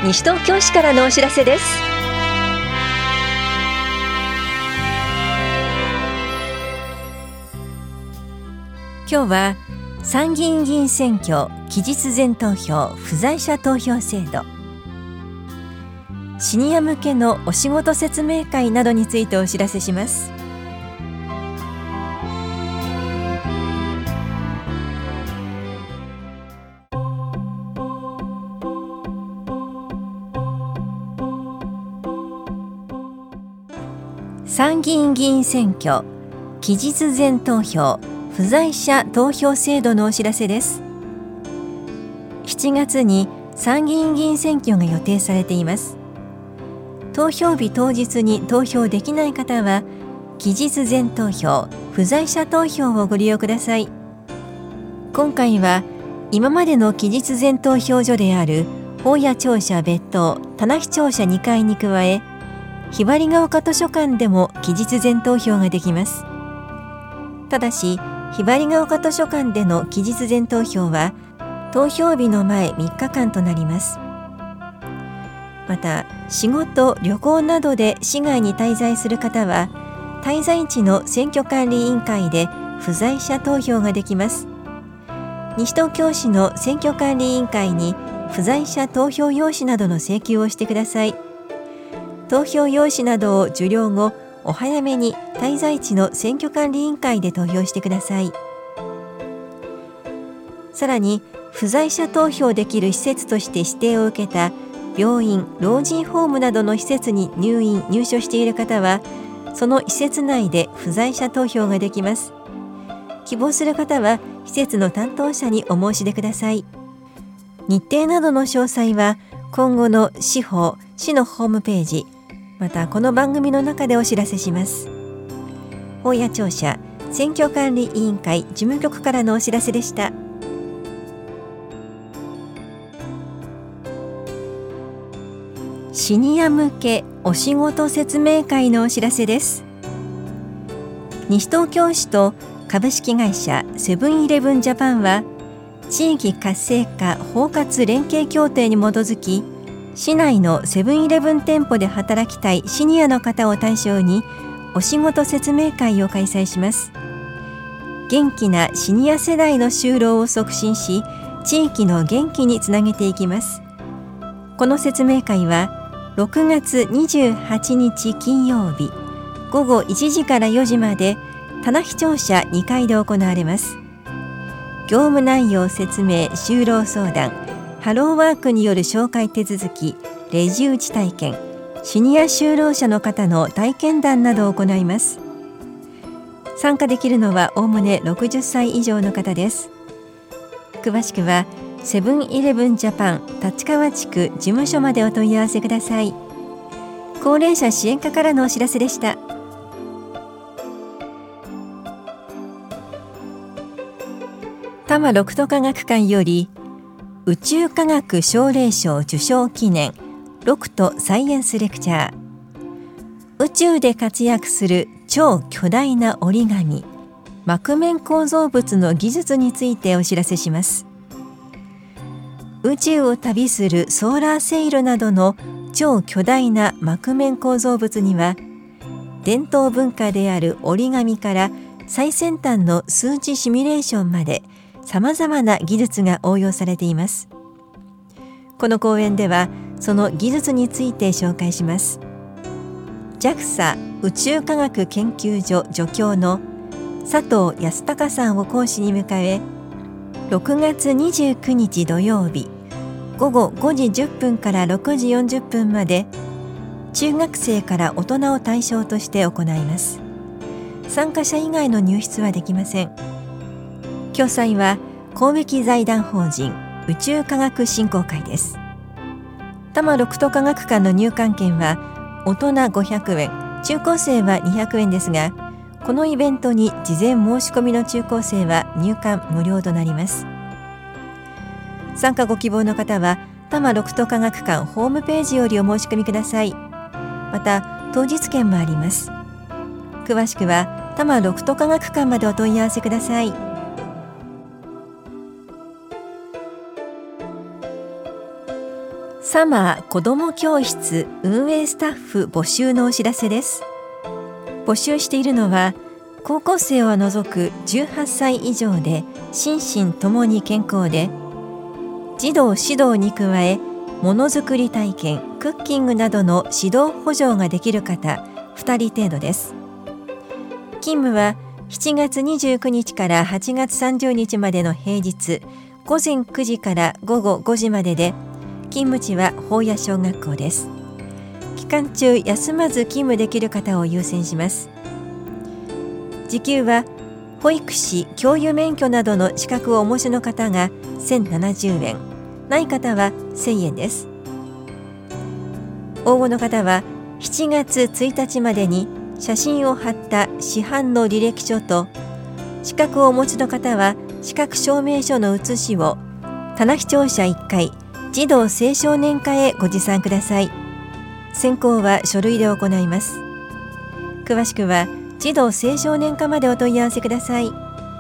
西東京市からのお知らせです。今日は参議院議員選挙期日前投票不在者投票制度、シニア向けのお仕事説明会などについてお知らせします。参議院議員選挙期日前投票不在者投票制度のお知らせです。7月に参議院議員選挙が予定されています。投票日当日に投票できない方は期日前投票不在者投票をご利用ください。今回は今までの期日前投票所である保谷庁舎別当棚視庁舎2階に加え、ひばりが丘図書館でも期日前投票ができます。ただし、ひばりが丘図書館での期日前投票は投票日の前3日間となります。また、仕事・旅行などで市外に滞在する方は滞在地の選挙管理委員会で不在者投票ができます。西東京市の選挙管理委員会に不在者投票用紙などの請求をしてください。投票用紙などを受領後、お早めに滞在地の選挙管理委員会で投票してください。さらに、不在者投票できる施設として指定を受けた病院・老人ホームなどの施設に入所している方は、その施設内で不在者投票ができます。希望する方は、施設の担当者にお申し出ください。日程などの詳細は、今後の市のホームページ、またこの番組の中でお知らせします。保谷庁舎選挙管理委員会事務局からのお知らせでした。シニア向けお仕事説明会のお知らせです。西東京市と株式会社セブンイレブンジャパンは地域活性化包括連携協定に基づき、市内のセブンイレブン店舗で働きたいシニアの方を対象にお仕事説明会を開催します。元気なシニア世代の就労を促進し、地域の元気につなげていきます。この説明会は6月28日金曜日午後1時から4時まで棚視庁舎2階で行われます。業務内容説明、就労相談、ハローワークによる紹介手続き、レジ打ち体験、シニア就労者の方の体験談などを行います。参加できるのはおおむね60歳以上の方です。詳しくはセブンイレブンジャパン立川地区事務所までお問い合わせください。高齢者支援課からのお知らせでした。多摩六都科学館より宇宙科学奨励賞受賞記念6都サイエンスレクチャー、宇宙で活躍する超巨大な折り紙膜面構造物の技術についてお知らせします。宇宙を旅するソーラーセイルなどの超巨大な膜面構造物には、伝統文化である折り紙から最先端の数値シミュレーションまでさまざまな技術が応用されています。この講演ではその技術について紹介します。 JAXA 宇宙科学研究所助教の佐藤康隆さんを講師に迎え、6月29日土曜日午後5時10分から6時40分まで中学生から大人を対象として行います。参加者以外の入室はできません。共催は公益財団法人宇宙科学振興会です。多摩六都科学館の入館券は大人500円、中高生は200円ですが、このイベントに事前申し込みの中高生は入館無料となります。参加ご希望の方は多摩六都科学館ホームページよりお申し込みください。また当日券もあります。詳しくは多摩六都科学館までお問い合わせください。 サマー子ども教室運営スタッフ募集のお知らせです。募集しているのは高校生を除く18歳以上で心身ともに健康で、児童指導に加えものづくり体験、クッキングなどの指導補助ができる方2人程度です。勤務は7月29日から8月30日までの平日午前9時から午後5時までで、勤務地は保谷小学校です。期間中休まず勤務できる方を優先します。時給は保育士、教諭免許などの資格をお持ちの方が1070円、ない方は1000円です。応募の方は7月1日までに写真を貼った市販の履歴書と、資格をお持ちの方は資格証明書の写しを棚視聴者1回児童青少年課へご持参ください。選考は書類で行います。詳しくは児童青少年課までお問い合わせください。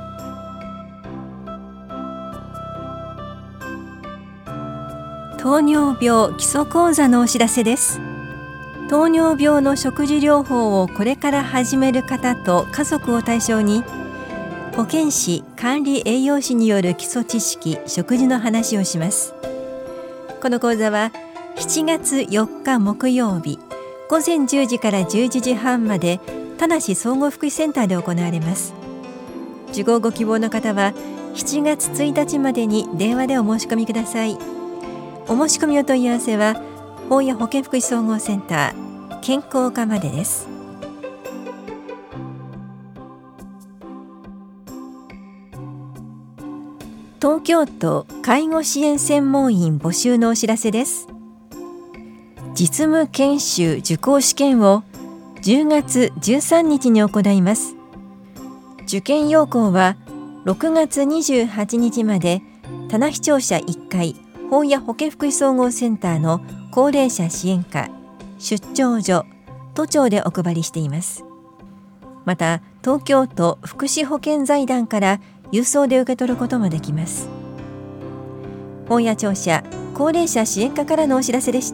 糖尿病基礎講座のお知らせです。糖尿病の食事療法をこれから始める方と家族を対象に、保健師、管理栄養士による基礎知識、食事の話をします。この講座は7月4日木曜日午前10時から11時半まで田無総合福祉センターで行われます。受講ご希望の方は7月1日までに電話でお申し込みください。お申し込みお問い合わせは保谷保健福祉総合センター健康課までです。東京都介護支援専門員募集のお知らせです。実務研修受講試験を10月13日に行います。受験要項は6月28日まで棚視聴者1回保谷保健福祉総合センターの高齢者支援課出張所都庁でお配りしています。また東京都福祉保健財団から郵送で受け取ることもできます。保谷庁舎高齢者支援課からのお知らせでした。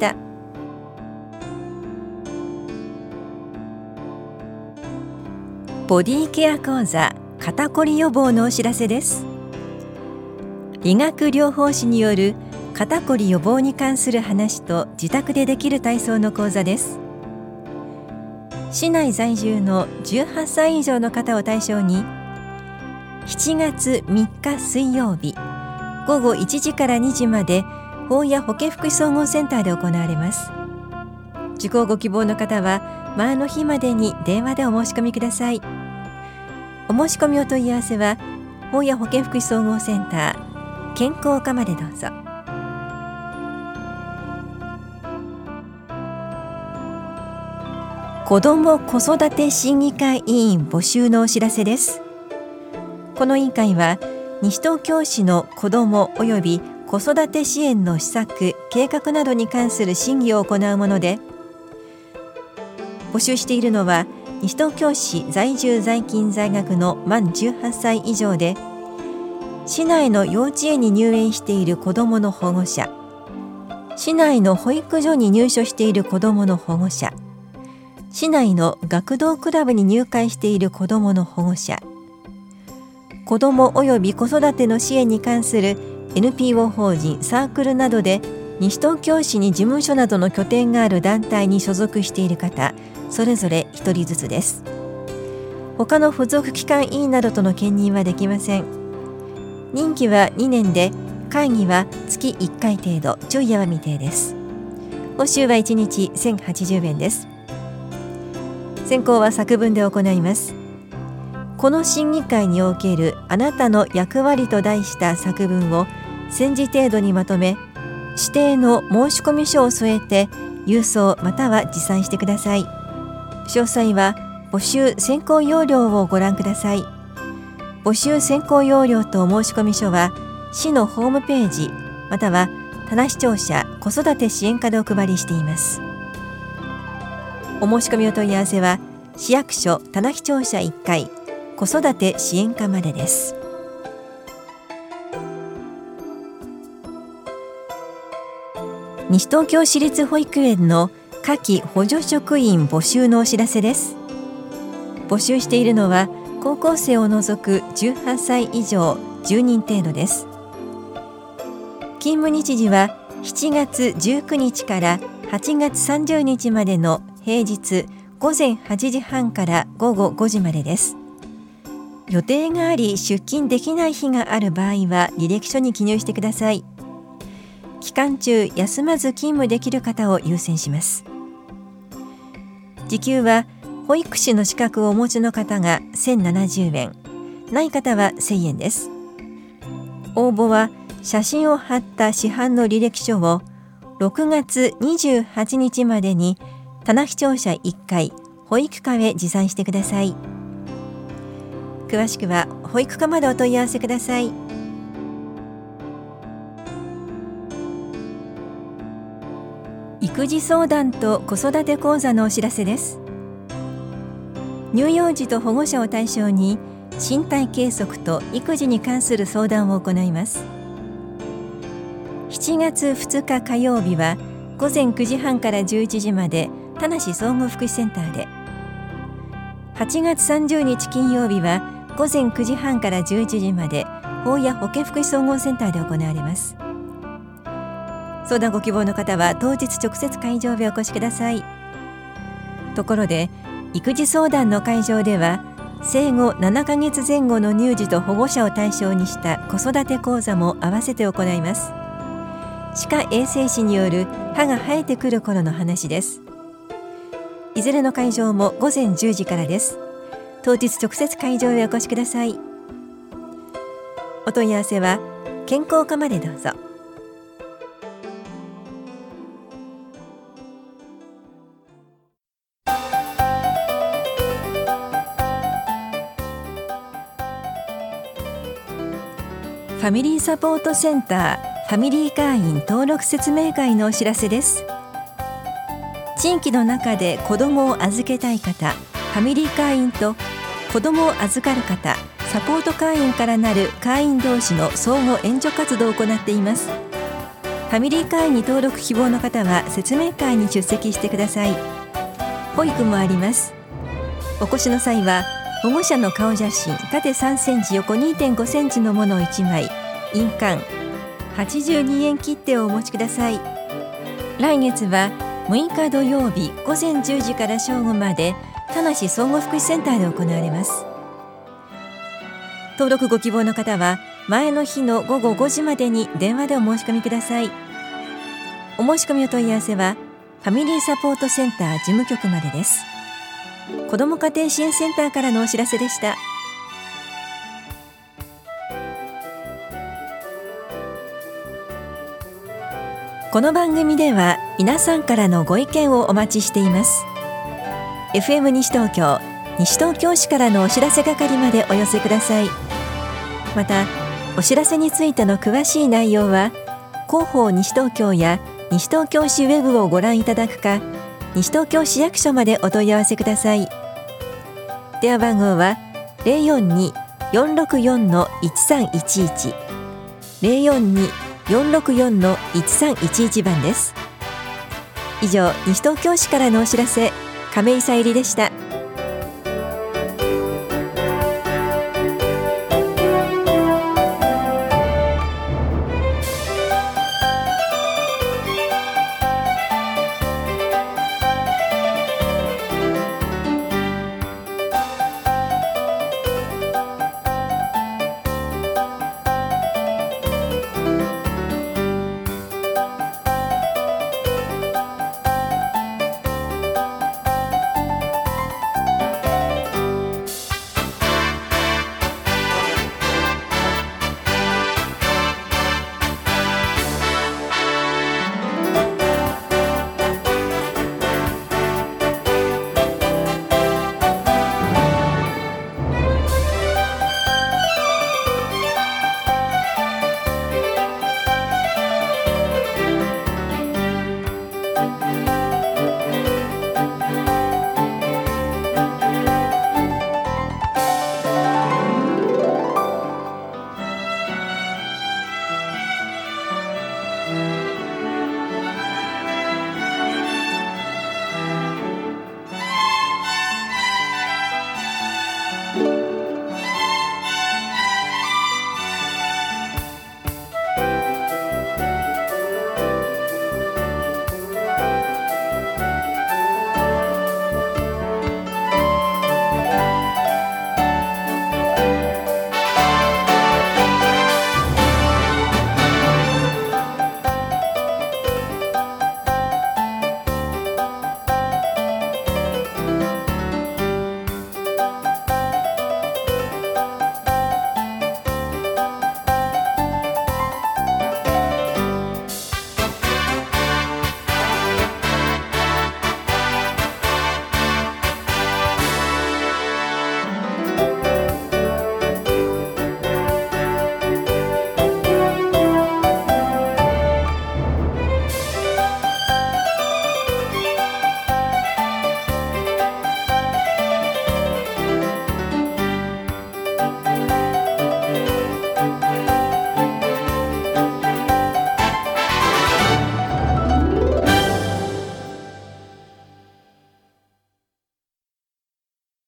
ボディケア講座肩こり予防のお知らせです。理学療法士による肩こり予防に関する話と自宅でできる体操の講座です。市内在住の18歳以上の方を対象に7月3日水曜日午後1時から2時まで保谷保健福祉総合センターで行われます。受講ご希望の方は前の日までに電話でお申し込みください。お申し込みお問い合わせは保谷保健福祉総合センター健康課までどうぞ。子ども子育て審議会委員募集のお知らせです。この委員会は西東京市の子ども及び子育て支援の施策・計画などに関する審議を行うもので、募集しているのは西東京市在住在勤在学の満18歳以上で、市内の幼稚園に入園している子どもの保護者、市内の保育所に入所している子どもの保護者、市内の学童クラブに入会している子どもの保護者、子ども及び子育ての支援に関する NPO 法人サークルなどで西東京市に事務所などの拠点がある団体に所属している方、それぞれ1人ずつです。他の付属機関委員などとの兼任はできません。任期は2年で、会議は月1回程度、昼夜は未定です。報酬は1日1080円です。選考は作文で行います。この審議会におけるあなたの役割と題した作文を戦時程度にまとめ、指定の申し込み書を添えて郵送または持参してください。詳細は募集選考要領をご覧ください。募集選考要領と申し込み書は市のホームページまたは棚視聴者子育て支援課でお配りしています。お申し込みお問い合わせは市役所棚視聴者1階子育て支援課までです。 西東京市立保育園の夏季補助職員募集のお知らせです。募集しているのは高校生を除く18歳以上10人程度です。勤務日時は7月19日から8月30日までの平日午前8時半から午後5時までです。予定があり出勤できない日がある場合は履歴書に記入してください。期間中休まず勤務できる方を優先します。時給は保育士の資格をお持ちの方が1070円、ない方は1000円です。応募は写真を貼った市販の履歴書を6月28日までに棚視聴者1回保育課へ持参してください。詳しくは保育課までお問い合わせください。育児相談と子育て講座のお知らせです。乳幼児と保護者を対象に身体計測と育児に関する相談を行います。7月2日火曜日は午前9時半から11時まで田梨総合福祉センターで、8月30日金曜日は午前9時半から11時まで保谷保健福祉総合センターで行われます。相談ご希望の方は当日直接会場へお越しください。ところで育児相談の会場では生後7ヶ月前後の乳児と保護者を対象にした子育て講座も合わせて行います。歯科衛生士による歯が生えてくる頃の話です。いずれの会場も午前10時からです。当日直接会場へお越しください。お問い合わせは健康課までどうぞ。ファミリーサポートセンターファミリー会員登録説明会のお知らせです。地域の中で子どもを預けたい方、ファミリー会員と子どもを預かる方、サポート会員からなる会員同士の相互援助活動を行っています。ファミリー会員に登録希望の方は説明会に出席してください。保育もあります。お越しの際は保護者の顔写真縦3センチ横 2.5 センチのものを1枚、印鑑82円切手をお持ちください。来月は6日土曜日午前10時から正午まで田梨総合福祉センターで行われます。登録ご希望の方は前の日の午後5時までに電話でお申し込みください。お申し込みお問い合わせはファミリーサポートセンター事務局までです。子ども家庭支援センターからのお知らせでした。この番組では皆さんからのご意見をお待ちしています。 FM 西東京西東京市からのお知らせ係までお寄せください。またお知らせについての詳しい内容は広報西東京や西東京市ウェブをご覧いただくか西東京市役所までお問い合わせください。電話番号は 042-464-1311 042-464-1311 番です。以上、西東京市からのお知らせ、亀井さゆりでした。